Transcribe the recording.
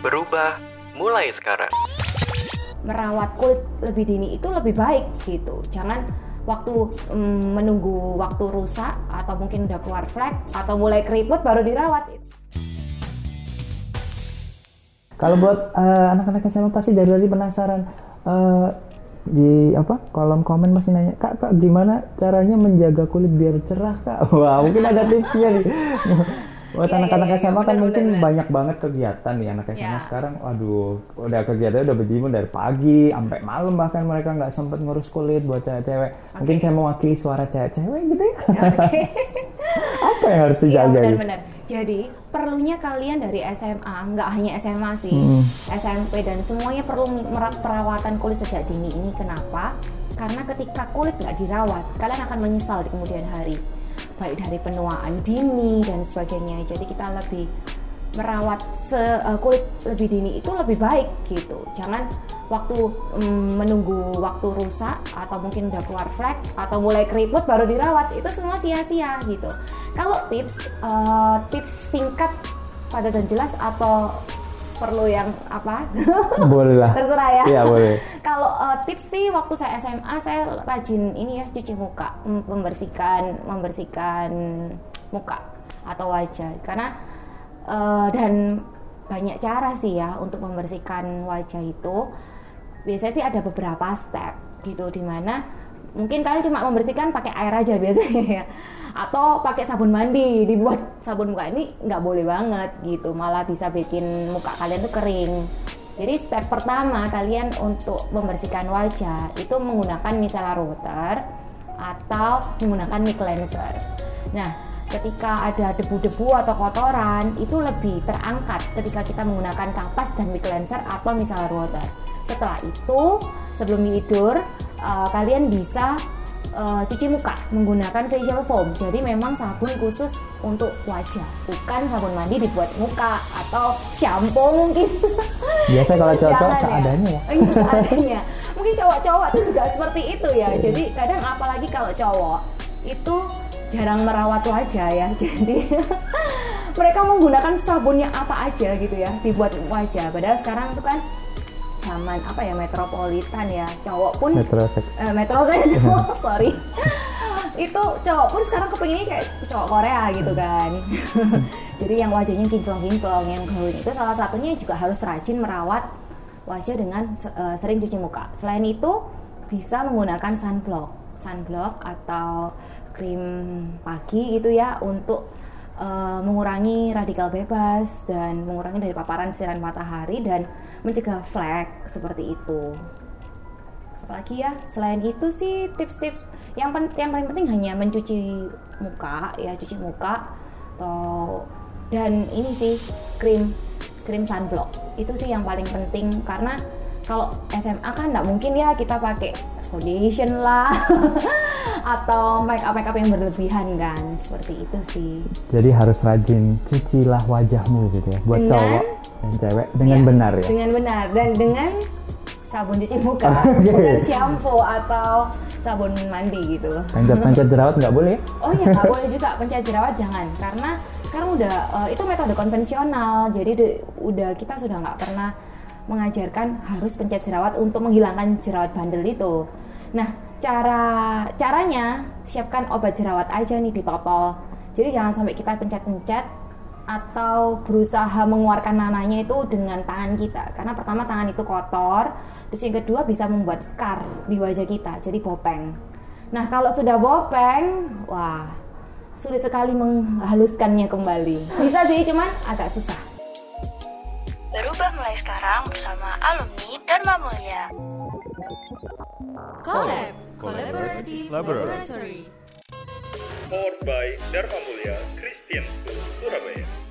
Berubah mulai sekarang. Merawat kulit lebih dini itu lebih baik gitu. Jangan waktu menunggu waktu rusak atau mungkin udah keluar flek atau mulai keriput baru dirawat. Kalau buat anak-anak SMA pasti dari tadi penasaran, di kolom komen masih nanya, kak gimana caranya menjaga kulit biar cerah kak? Wah, mungkin ada tipsnya nih. Buat anak-anak SMA kan mungkin banyak banget kegiatan nih anak SMA sekarang. Waduh, udah kegiatannya udah berjimun dari pagi sampai malam, bahkan mereka nggak sempet ngurus kulit buat cewek-cewek. Mungkin saya mewakili suara cewek-cewek gitu ya. Apa yang harus dijaga? Iya, benar-benar. Jadi perlunya kalian dari SMA, nggak hanya SMA sih, SMP dan semuanya perlu perawatan kulit sejak dini ini. Kenapa? Karena ketika kulit nggak dirawat, kalian akan menyesal di kemudian hari. Baik dari penuaan dini dan sebagainya. Jadi kita lebih merawat kulit lebih dini itu lebih baik gitu. Jangan waktu menunggu waktu rusak atau mungkin udah keluar flek atau mulai keriput baru dirawat, itu semua sia-sia gitu. Kalau tips singkat, padat dan jelas atau perlu yang apa? Boleh lah. Terserah ya. Iya, boleh. Kalau tips sih, waktu saya SMA saya rajin ini ya, cuci muka, membersihkan muka atau wajah. Karena dan banyak cara sih ya untuk membersihkan wajah itu. Biasanya sih ada beberapa step gitu, dimana mungkin kalian cuma membersihkan pakai air aja biasanya ya. Atau pakai sabun mandi, dibuat sabun muka ini nggak boleh banget gitu, malah bisa bikin muka kalian tuh kering. Jadi step pertama kalian untuk membersihkan wajah itu menggunakan micellar water atau menggunakan mic cleanser. Nah, ketika ada debu-debu atau kotoran itu lebih terangkat ketika kita menggunakan kapas dan mic cleanser atau micellar water. Setelah itu sebelum tidur kalian bisa cuci muka menggunakan facial foam. Jadi memang sabun khusus untuk wajah, bukan sabun mandi dibuat muka atau shampoo mungkin. Biasa kalau cowok seadanya ya. Iya, seadanya. Mungkin cowok-cowok tuh juga seperti itu ya. Jadi kadang apalagi kalau cowok itu jarang merawat wajah ya. Jadi mereka menggunakan sabunnya apa aja gitu ya dibuat wajah. Padahal sekarang itu kan zaman metropolitan ya, cowok pun metroseks sorry itu cowok pun sekarang kepinginnya kayak cowok Korea gitu kan. Jadi yang wajahnya kinclong-kinclong, yang glowing itu salah satunya juga harus rajin merawat wajah dengan sering cuci muka. Selain itu bisa menggunakan sunblock atau krim pagi gitu ya, untuk mengurangi radikal bebas dan mengurangi dari paparan sinar matahari dan mencegah flek seperti itu. Apalagi ya, selain itu sih tips-tips yang paling penting hanya mencuci muka ya, cuci muka dan ini sih krim sunblock itu sih yang paling penting. Karena kalau SMA kan nggak mungkin ya kita pakai foundation lah atau make up yang berlebihan kan, seperti itu sih. Jadi harus rajin cucilah wajahmu gitu ya, buat cowok dan cewek dengan benar ya. Dengan benar dan dengan sabun cuci muka, bukan shampoo atau sabun mandi gitu. Pencet jerawat nggak boleh? Oh iya, nggak boleh juga, pencet jerawat jangan, karena sekarang udah itu metode konvensional. Jadi kita sudah nggak pernah mengajarkan harus pencet jerawat untuk menghilangkan jerawat bandel itu. Nah, caranya siapkan obat jerawat aja nih ditotol. Jadi jangan sampai kita pencet-pencet atau berusaha mengeluarkan nanahnya itu dengan tangan kita. Karena pertama tangan itu kotor, terus yang kedua bisa membuat scar di wajah kita, jadi bopeng. Nah, kalau sudah bopeng, wah, sulit sekali menghaluskannya kembali. Bisa sih, cuman agak susah. Berubah mulai sekarang bersama alumni Dharma Mulia. Collaborative Laboratory. Powered by Dharma Mulia Christian School, Surabaya.